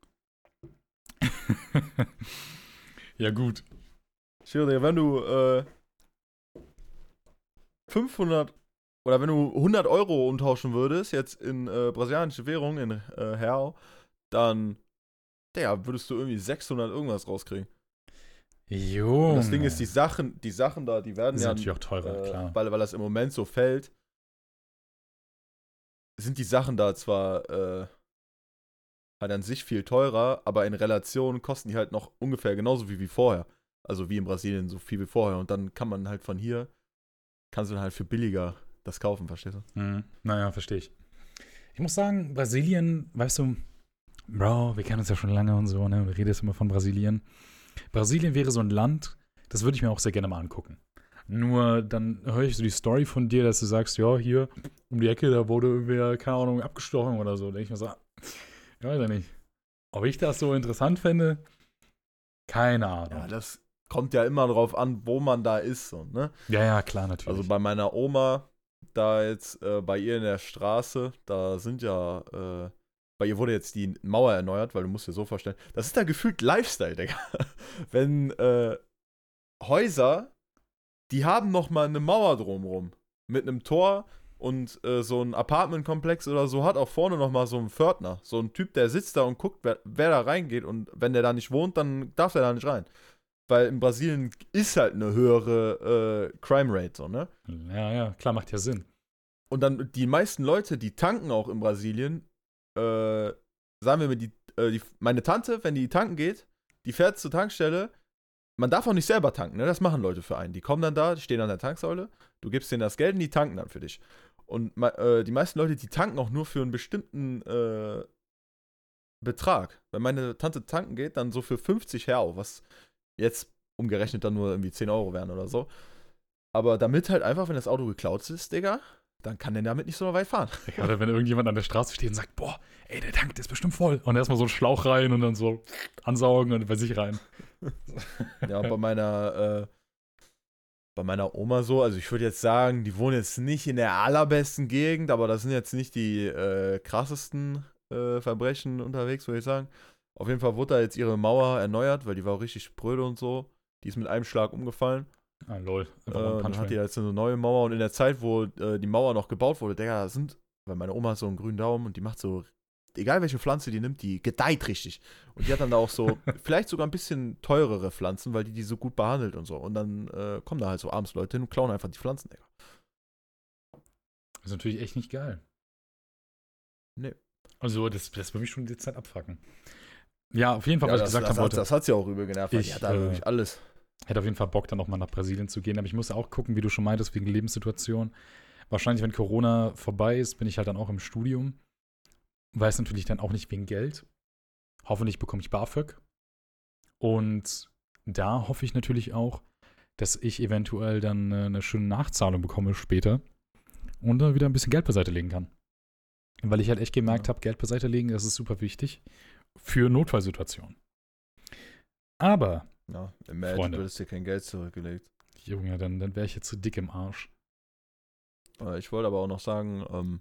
Ja, gut. Ich höre dir, wenn du 500 oder wenn du 100 Euro umtauschen würdest, jetzt in brasilianische Währung, in Real, dann, Digga, würdest du irgendwie 600 irgendwas rauskriegen. Jo. Und das Ding ist, die Sachen da, die werden sind natürlich auch teurer, klar. Weil das im Moment so fällt, sind die Sachen da zwar halt an sich viel teurer, aber in Relation kosten die halt noch ungefähr genauso wie vorher. Also wie in Brasilien, so viel wie vorher. Und dann kann man halt von hier, kannst du dann halt für billiger das kaufen, verstehst du? Naja, verstehe ich. Ich muss sagen, Brasilien, weißt du, Bro, wir kennen uns ja schon lange und so, ne? Wir reden jetzt immer von Brasilien. Brasilien wäre so ein Land, das würde ich mir auch sehr gerne mal angucken. Nur dann höre ich so die Story von dir, dass du sagst, ja, hier um die Ecke, da wurde irgendwer, keine Ahnung, abgestochen oder so. Da denke ich mir so, ich weiß ja nicht. Ob ich das so interessant fände? Keine Ahnung. Ja, das kommt ja immer drauf an, wo man da ist, so, ne? Ja, klar, natürlich. Also bei meiner Oma, da jetzt bei ihr in der Straße, da sind ja, bei ihr wurde jetzt die Mauer erneuert, weil du musst dir so vorstellen, das ist da gefühlt Lifestyle, Digga. Wenn Häuser, die haben noch mal eine Mauer drumrum mit einem Tor und so ein Apartmentkomplex oder so hat auch vorne noch mal so einen Pförtner, so ein Typ, der sitzt da und guckt, wer da reingeht und wenn der da nicht wohnt, dann darf der da nicht rein. Weil in Brasilien ist halt eine höhere Crime Rate, so, ne? Ja, klar, macht ja Sinn. Und dann die meisten Leute, die tanken auch in Brasilien, sagen wir mal, meine Tante, wenn die tanken geht, die fährt zur Tankstelle, man darf auch nicht selber tanken, ne? Das machen Leute für einen. Die kommen dann da, die stehen an der Tanksäule, du gibst denen das Geld und die tanken dann für dich. Und die meisten Leute, die tanken auch nur für einen bestimmten Betrag. Wenn meine Tante tanken geht, dann so für 50 Real, was jetzt umgerechnet dann nur irgendwie 10 Euro wären oder so. Aber damit halt einfach, wenn das Auto geklaut ist, Digga, dann kann der damit nicht so weit fahren. Oder wenn irgendjemand an der Straße steht und sagt, boah, ey, der Tank, der ist bestimmt voll. Und erstmal so einen Schlauch rein und dann so ansaugen und bei sich rein. Ja, bei meiner Oma so, also ich würde jetzt sagen, die wohnen jetzt nicht in der allerbesten Gegend, aber das sind jetzt nicht die krassesten Verbrechen unterwegs, würde ich sagen. Auf jeden Fall wurde da jetzt ihre Mauer erneuert, weil die war auch richtig spröde und so. Die ist mit einem Schlag umgefallen. Ah, lol. Dann hat die jetzt eine neue Mauer und in der Zeit, wo die Mauer noch gebaut wurde, Digga, weil meine Oma hat so einen grünen Daumen und die macht so, egal welche Pflanze die nimmt, die gedeiht richtig. Und die hat dann da auch so, vielleicht sogar ein bisschen teurere Pflanzen, weil die so gut behandelt und so. Und dann kommen da halt so abends Leute hin und klauen einfach die Pflanzen, Digga. Das ist natürlich echt nicht geil. Nee. Also, das würde mich schon die Zeit abfucken. Ja, auf jeden Fall, was ich gesagt habe. Das hat sie auch übel genervt, weil die hat da wirklich alles. Hätte auf jeden Fall Bock, dann auch mal nach Brasilien zu gehen. Aber ich muss auch gucken, wie du schon meintest, wegen Lebenssituation. Wahrscheinlich, wenn Corona vorbei ist, bin ich halt dann auch im Studium. Weiß natürlich dann auch nicht wegen Geld. Hoffentlich bekomme ich BAföG. Und da hoffe ich natürlich auch, dass ich eventuell dann eine schöne Nachzahlung bekomme später und dann wieder ein bisschen Geld beiseite legen kann. Weil ich halt echt gemerkt habe, Geld beiseite legen, das ist super wichtig für Notfallsituationen. Aber, ja, im März würdest dir kein Geld zurückgelegt. Junge, dann wäre ich jetzt zu dick im Arsch. Ich wollte aber auch noch sagen,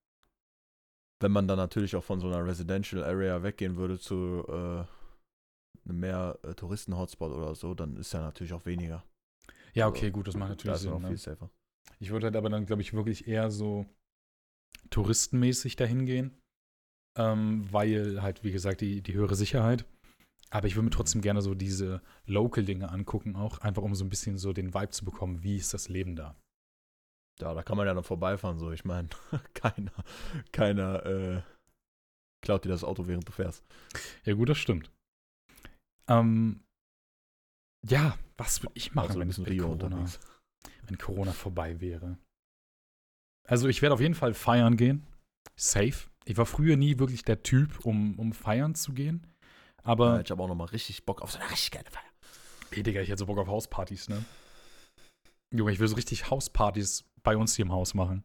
wenn man dann natürlich auch von so einer Residential Area weggehen würde zu einem mehr Touristen-Hotspot oder so, dann ist ja natürlich auch weniger. Ja, okay, gut, das macht natürlich Sinn. Das ist Sinn. noch viel safer. Ich würde halt aber dann, glaube ich, wirklich eher so touristenmäßig dahin gehen, weil halt, wie gesagt, die höhere Sicherheit. Aber ich würde mir trotzdem gerne so diese Local-Dinge angucken auch, einfach um so ein bisschen so den Vibe zu bekommen, wie ist das Leben da. Ja, da kann man ja noch vorbeifahren, so. Ich meine, keiner klaut dir das Auto, während du fährst. Ja, gut, das stimmt. Ja, was würde ich machen, wenn Corona vorbei wäre? Also ich werde auf jeden Fall feiern gehen. Safe. Ich war früher nie wirklich der Typ, um feiern zu gehen. Aber ja, ich habe auch nochmal richtig Bock auf so eine richtig geile Feier. Ey, Digga, ich hätte so Bock auf Hauspartys, ne? Junge, ich will so richtig Hauspartys bei uns hier im Haus machen.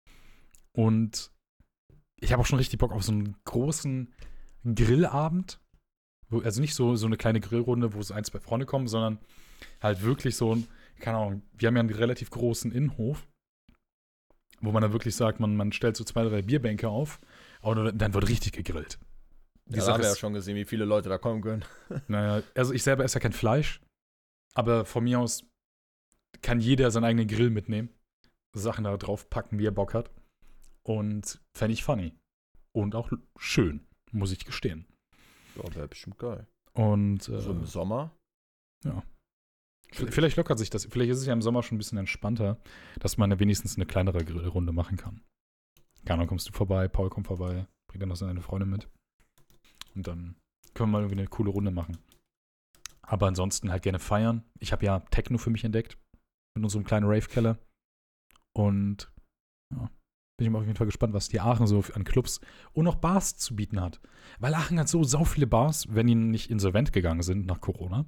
Und ich habe auch schon richtig Bock auf so einen großen Grillabend. Also nicht so eine kleine Grillrunde, wo so 1, 2 Freunde kommen, sondern halt wirklich so ein, keine Ahnung, wir haben ja einen relativ großen Innenhof, wo man dann wirklich sagt, man stellt so 2, 3 Bierbänke auf und dann wird richtig gegrillt. Ja, da haben wir ja schon gesehen, wie viele Leute da kommen können. Naja, also ich selber esse ja kein Fleisch, aber von mir aus kann jeder seinen eigenen Grill mitnehmen, Sachen da drauf packen, wie er Bock hat. Und fände ich funny. Und auch schön, muss ich gestehen. Ja, wäre bestimmt geil. Und so im Sommer? Ja. Vielleicht lockert sich das. Vielleicht ist es ja im Sommer schon ein bisschen entspannter, dass man wenigstens eine kleinere Grillrunde machen kann. Keine Ahnung, kommst du vorbei, Paul kommt vorbei, bringt dann noch seine Freundin mit. Und dann können wir mal irgendwie eine coole Runde machen. Aber ansonsten halt gerne feiern. Ich habe ja Techno für mich entdeckt. In unserem kleinen Rave-Keller. Und ja, bin ich mal auf jeden Fall gespannt, was die Aachen so an Clubs und auch Bars zu bieten hat. Weil Aachen hat so viele Bars, wenn die nicht insolvent gegangen sind nach Corona.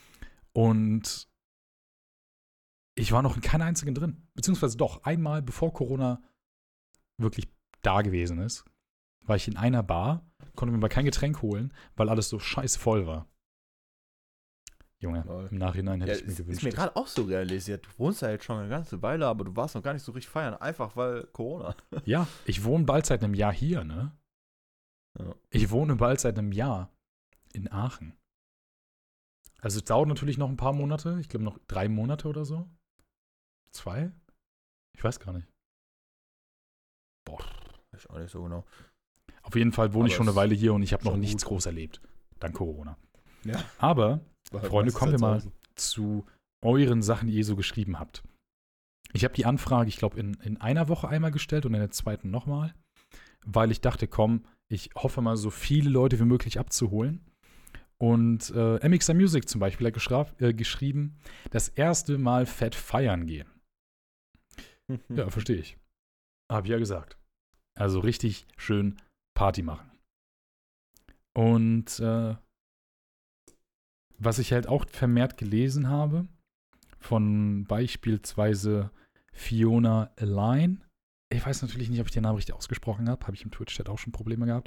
Und ich war noch in keiner einzigen drin. Beziehungsweise doch, einmal bevor Corona wirklich da gewesen ist, war ich in einer Bar, konnte mir aber kein Getränk holen, weil alles so scheiße voll war. Junge, im Nachhinein hätte ich mir gewünscht. Ist mir gerade auch so realisiert. Du wohnst ja jetzt schon eine ganze Weile, aber du warst noch gar nicht so richtig feiern, einfach weil Corona. Ja, ich wohne bald seit einem Jahr hier, ne? Ja. Ich wohne bald seit einem Jahr in Aachen. Also es dauert natürlich noch ein paar Monate. Ich glaube noch 3 Monate oder so. 2? Ich weiß gar nicht. Boah, weiß ich auch nicht so genau. Auf jeden Fall wohne ich schon eine Weile hier und ich habe noch nichts groß erlebt. Dank Corona. Ja. Aber, Freunde, kommen wir mal zu euren Sachen, die ihr so geschrieben habt. Ich habe die Anfrage, ich glaube, in einer Woche einmal gestellt und in der zweiten nochmal, weil ich dachte, komm, ich hoffe mal, so viele Leute wie möglich abzuholen. Und MXer Music zum Beispiel hat geschrieben, das erste Mal fett feiern gehen. Ja, verstehe ich. Habe ich ja gesagt. Also richtig schön Party machen. Und was ich halt auch vermehrt gelesen habe, von beispielsweise Fiona Align. Ich weiß natürlich nicht, ob ich den Namen richtig ausgesprochen habe. Habe ich im Twitch-Chat auch schon Probleme gehabt.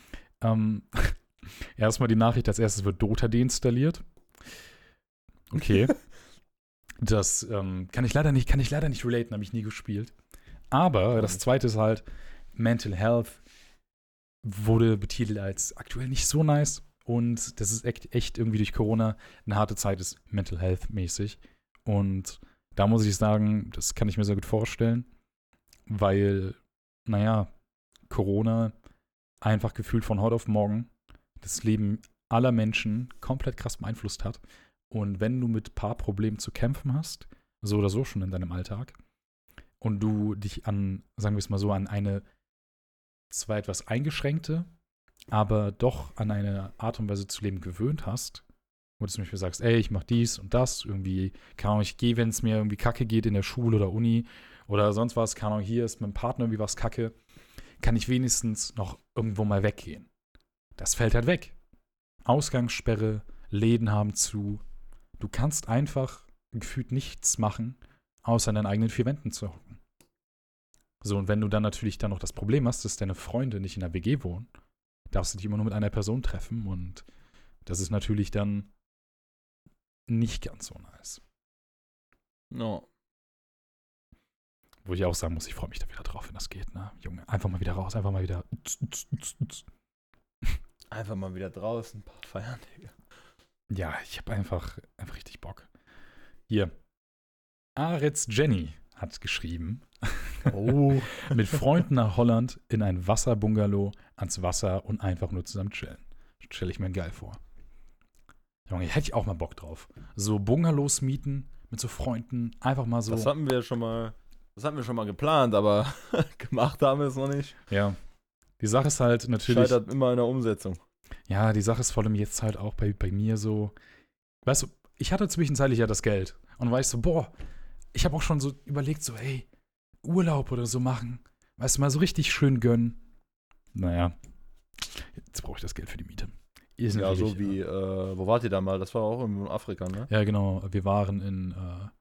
Erstmal die Nachricht, als erstes wird Dota deinstalliert. Okay. Das kann ich leider nicht relaten, habe ich nie gespielt. Aber das zweite ist halt, Mental Health wurde betitelt als aktuell nicht so nice. Und das ist echt irgendwie durch Corona eine harte Zeit ist, Mental Health mäßig. Und da muss ich sagen, das kann ich mir sehr gut vorstellen, weil, naja, Corona einfach gefühlt von heute auf morgen das Leben aller Menschen komplett krass beeinflusst hat. Und wenn du mit ein paar Problemen zu kämpfen hast, so oder so schon in deinem Alltag, und du dich an, sagen wir es mal so, an eine zwar etwas eingeschränkte, aber doch an eine Art und Weise zu leben gewöhnt hast, wo du zum Beispiel sagst, ey, ich mach dies und das, irgendwie, keine Ahnung, ich gehe, wenn es mir irgendwie kacke geht in der Schule oder Uni oder sonst was, keine Ahnung, hier ist mit dem Partner irgendwie was kacke, kann ich wenigstens noch irgendwo mal weggehen. Das fällt halt weg. Ausgangssperre, Läden haben zu. Du kannst einfach gefühlt nichts machen, außer in deinen eigenen 4 Wänden zu hocken. So, und wenn du dann natürlich dann noch das Problem hast, dass deine Freunde nicht in der WG wohnen, darfst du dich immer nur mit einer Person treffen und das ist natürlich dann nicht ganz so nice. No. Wo ich auch sagen muss, ich freue mich da wieder drauf, wenn das geht, ne? Junge, einfach mal wieder raus, einfach mal wieder. Einfach mal wieder draußen, ein paar feiern, Digga. Ja, ich habe einfach richtig Bock. Hier. Aretz Jenny hat geschrieben. Oh. Mit Freunden nach Holland in ein Wasserbungalow ans Wasser und einfach nur zusammen chillen. Stelle ich mir geil vor. Junge, hätte ich auch mal Bock drauf. So Bungalows mieten mit so Freunden, einfach mal so. Das hatten wir schon mal Das hatten wir schon mal geplant, aber gemacht haben wir es noch nicht. Ja. Die Sache ist halt natürlich. Scheitert immer in der Umsetzung. Ja, die Sache ist vor allem jetzt halt auch bei mir so. Weißt du, ich hatte zwischenzeitlich ja das Geld. Und war ich so, boah, ich habe auch schon so überlegt, so, ey, Urlaub oder so machen. Weißt du, mal so richtig schön gönnen. Naja, jetzt brauche ich das Geld für die Miete. Ja, so wie, wo wart ihr da mal? Das war auch in Afrika, ne? Ja, genau. Wir waren in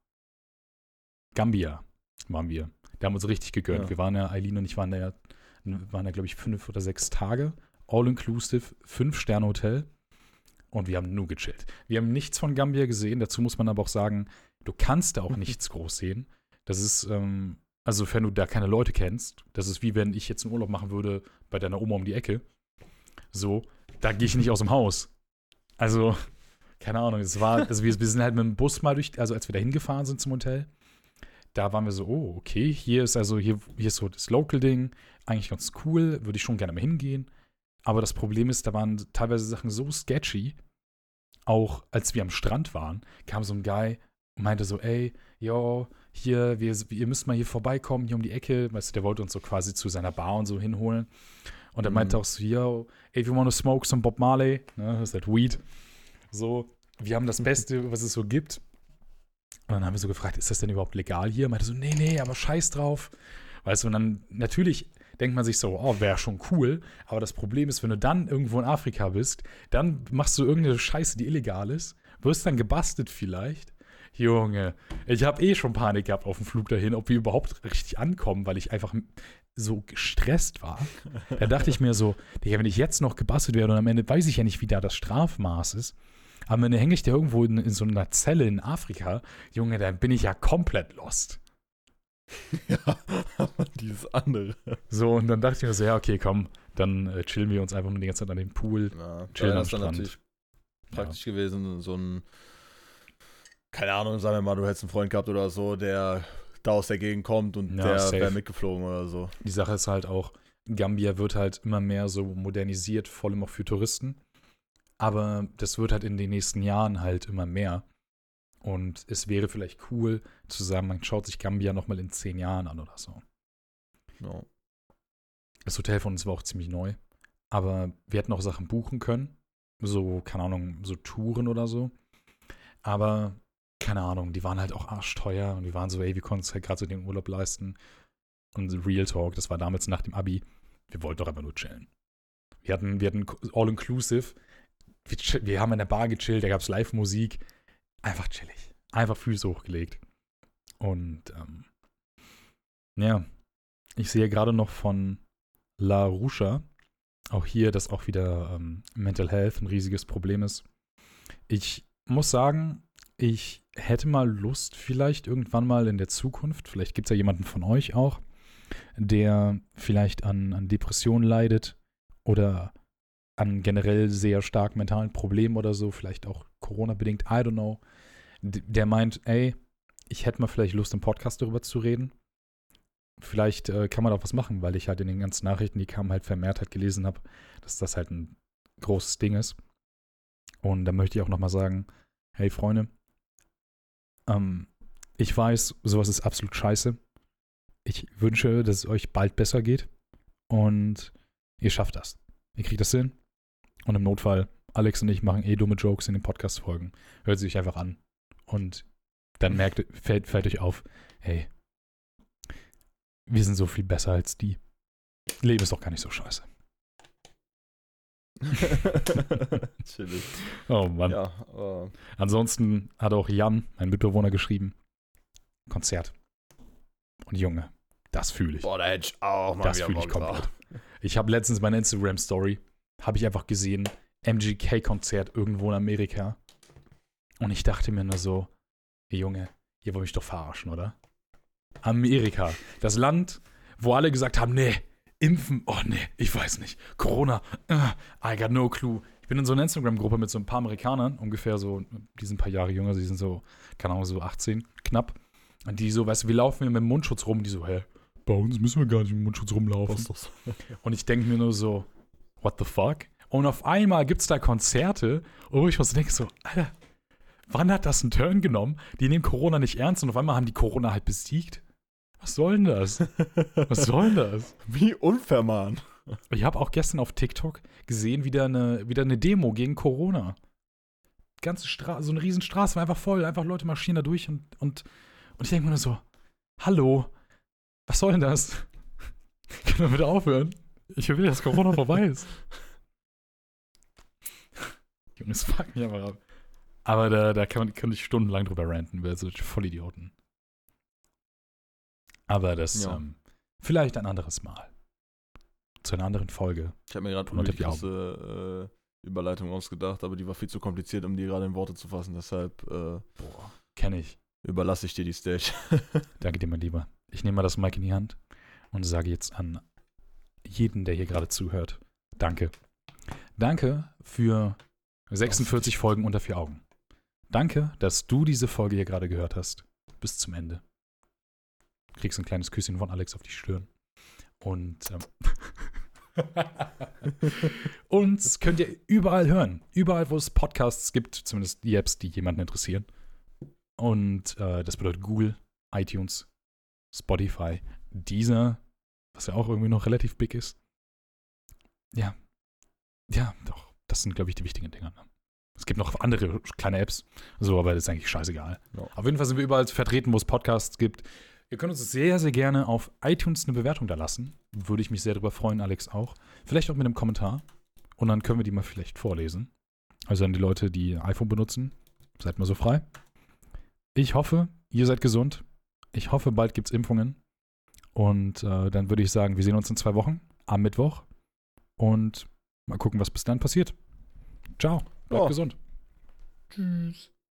Gambia, waren wir. Da haben wir uns richtig gegönnt. Ja. Wir waren ja, Eileen und ich waren da, glaube ich, 5 oder 6 Tage. All-inclusive, 5-Sterne-Hotel. Und wir haben nur gechillt. Wir haben nichts von Gambia gesehen. Dazu muss man aber auch sagen, du kannst da auch nichts groß sehen. Das ist, also sofern du da keine Leute kennst, das ist wie wenn ich jetzt einen Urlaub machen würde bei deiner Oma um die Ecke. So, da gehe ich nicht aus dem Haus. Also, keine Ahnung, es war, also wir sind halt mit dem Bus mal also als wir da hingefahren sind zum Hotel, da waren wir so, oh, okay, hier ist so das Local-Ding, eigentlich ganz cool, würde ich schon gerne mal hingehen. Aber das Problem ist, da waren teilweise Sachen so sketchy. Auch als wir am Strand waren, kam so ein Guy und meinte so, ey, yo, hier, ihr müsst mal hier vorbeikommen, hier um die Ecke. Weißt du, der wollte uns so quasi zu seiner Bar und so hinholen. Und er meinte auch so, yo, if you wanna smoke some Bob Marley, ne, das ist halt Weed. So, wir haben das Beste, was es so gibt. Und dann haben wir so gefragt, ist das denn überhaupt legal hier? Er meinte so, nee, aber scheiß drauf. Weißt du, und dann natürlich denkt man sich so, oh, wäre schon cool. Aber das Problem ist, wenn du dann irgendwo in Afrika bist, dann machst du irgendeine Scheiße, die illegal ist, wirst dann gebastelt vielleicht. Junge, ich habe schon Panik gehabt auf dem Flug dahin, ob wir überhaupt richtig ankommen, weil ich einfach so gestresst war. Da dachte ich mir so, Digga, wenn ich jetzt noch gebastelt werde und am Ende weiß ich ja nicht, wie da das Strafmaß ist. Aber am Ende hänge ich da irgendwo in so einer Zelle in Afrika. Junge, dann bin ich ja komplett lost. Ja, aber dieses andere. So, und dann dachte ich mir so, ja, okay, komm, dann chillen wir uns einfach nur die ganze Zeit an dem Pool, chillen am Strand. Das ist dann natürlich praktisch gewesen, so ein, keine Ahnung, sagen wir mal, du hättest einen Freund gehabt oder so, der da aus der Gegend kommt und der wäre mitgeflogen oder so. Die Sache ist halt auch, Gambia wird halt immer mehr so modernisiert, vor allem auch für Touristen. Aber das wird halt in den nächsten Jahren halt immer mehr. Und es wäre vielleicht cool zu sagen, man schaut sich Gambia nochmal in 10 Jahren an oder so. No. Das Hotel von uns war auch ziemlich neu. Aber wir hätten auch Sachen buchen können. So, keine Ahnung, so Touren oder so. Aber, keine Ahnung, die waren halt auch arschteuer. Und wir waren so, ey, wir konnten uns halt gerade so den Urlaub leisten. Und Real Talk, das war damals nach dem Abi. Wir wollten doch einfach nur chillen. Wir hatten All-Inclusive. Wir haben in der Bar gechillt, da gab es Live-Musik. Einfach chillig. Einfach Füße hochgelegt. Und, ja. Ich sehe gerade noch von La Rusha, auch hier, dass auch wieder Mental Health ein riesiges Problem ist. Ich muss sagen, ich hätte mal Lust, vielleicht irgendwann mal in der Zukunft, vielleicht gibt es ja jemanden von euch auch, der vielleicht an Depressionen leidet oder an generell sehr stark mentalen Problemen oder so, vielleicht auch Corona-bedingt, I don't know, der meint, ey, ich hätte mal vielleicht Lust, im Podcast darüber zu reden. Vielleicht kann man auch was machen, weil ich halt in den ganzen Nachrichten, die kamen, halt vermehrt halt gelesen habe, dass das halt ein großes Ding ist. Und da möchte ich auch nochmal sagen, hey Freunde, ich weiß, sowas ist absolut scheiße. Ich wünsche, dass es euch bald besser geht und ihr schafft das. Ihr kriegt das hin. Und im Notfall, Alex und ich machen dumme Jokes in den Podcast-Folgen. Hört sie euch einfach an. Und dann fällt euch auf, hey, wir sind so viel besser als die. Leben ist doch gar nicht so scheiße. Chillig. Oh Mann. Ja, ansonsten hat auch Jan, mein Mitbewohner, geschrieben, Konzert. Und Junge, das fühle ich. Boah, da hätte ich auch mal das fühle ich komplett. Ich habe letztens meine Instagram-Story, habe ich einfach gesehen, MGK-Konzert irgendwo in Amerika. Und ich dachte mir nur so, hey Junge, ihr wollt mich doch verarschen, oder? Amerika, das Land, wo alle gesagt haben, nee, impfen, oh nee, ich weiß nicht. Corona, I got no clue. Ich bin in so einer Instagram-Gruppe mit so ein paar Amerikanern, ungefähr so, die sind ein paar Jahre jünger, sie sind so, keine Ahnung, so 18, knapp. Und die so, weißt du, wir laufen hier mit dem Mundschutz rum, die so, hä, bei uns müssen wir gar nicht mit dem Mundschutz rumlaufen. Und ich denke mir nur so, what the fuck? Und auf einmal gibt es da Konzerte, wo ich was denke so, Alter, wann hat das einen Turn genommen? Die nehmen Corona nicht ernst und auf einmal haben die Corona halt besiegt. Was soll denn das? Was soll denn das? Wie unfair, Mann. Ich habe auch gestern auf TikTok gesehen, wieder eine Demo gegen Corona. Ganze Straße, so eine Riesenstraße war einfach voll. Einfach Leute marschieren da durch und ich denke mir nur so, hallo, was soll denn das? Können wir bitte aufhören? Ich will, dass Corona vorbei ist. Junge, das fuckt mich einfach ab. Aber da kann ich stundenlang drüber ranten, weil solche Vollidioten. Aber das vielleicht ein anderes Mal. Zu einer anderen Folge. Ich habe mir gerade eine krasse Überleitung ausgedacht, aber die war viel zu kompliziert, um die gerade in Worte zu fassen. Deshalb kenne ich. Überlasse ich dir die Stage. Danke dir, mein Lieber. Ich nehme mal das Mic in die Hand und sage jetzt an jeden, der hier gerade zuhört, danke. Danke für 46 Folgen unter 4 Augen. Danke, dass du diese Folge hier gerade gehört hast. Bis zum Ende. Du kriegst ein kleines Küsschen von Alex auf die Stirn. Und uns könnt ihr überall hören. Überall, wo es Podcasts gibt. Zumindest die Apps, die jemanden interessieren. Und das bedeutet Google, iTunes, Spotify, Deezer, was ja auch irgendwie noch relativ big ist. Ja, doch. Das sind, glaube ich, die wichtigen Dinger. Es gibt noch andere kleine Apps, so, aber das ist eigentlich scheißegal. Ja. Auf jeden Fall sind wir überall vertreten, wo es Podcasts gibt. Ihr könnt uns sehr, sehr gerne auf iTunes eine Bewertung da lassen. Würde ich mich sehr darüber freuen, Alex auch. Vielleicht auch mit einem Kommentar. Und dann können wir die mal vielleicht vorlesen. Also an die Leute, die iPhone benutzen, seid mal so frei. Ich hoffe, ihr seid gesund. Ich hoffe, bald gibt's Impfungen. Und dann würde ich sagen, wir sehen uns in 2 Wochen am Mittwoch. Und mal gucken, was bis dann passiert. Ciao. Bleibt gesund. Tschüss.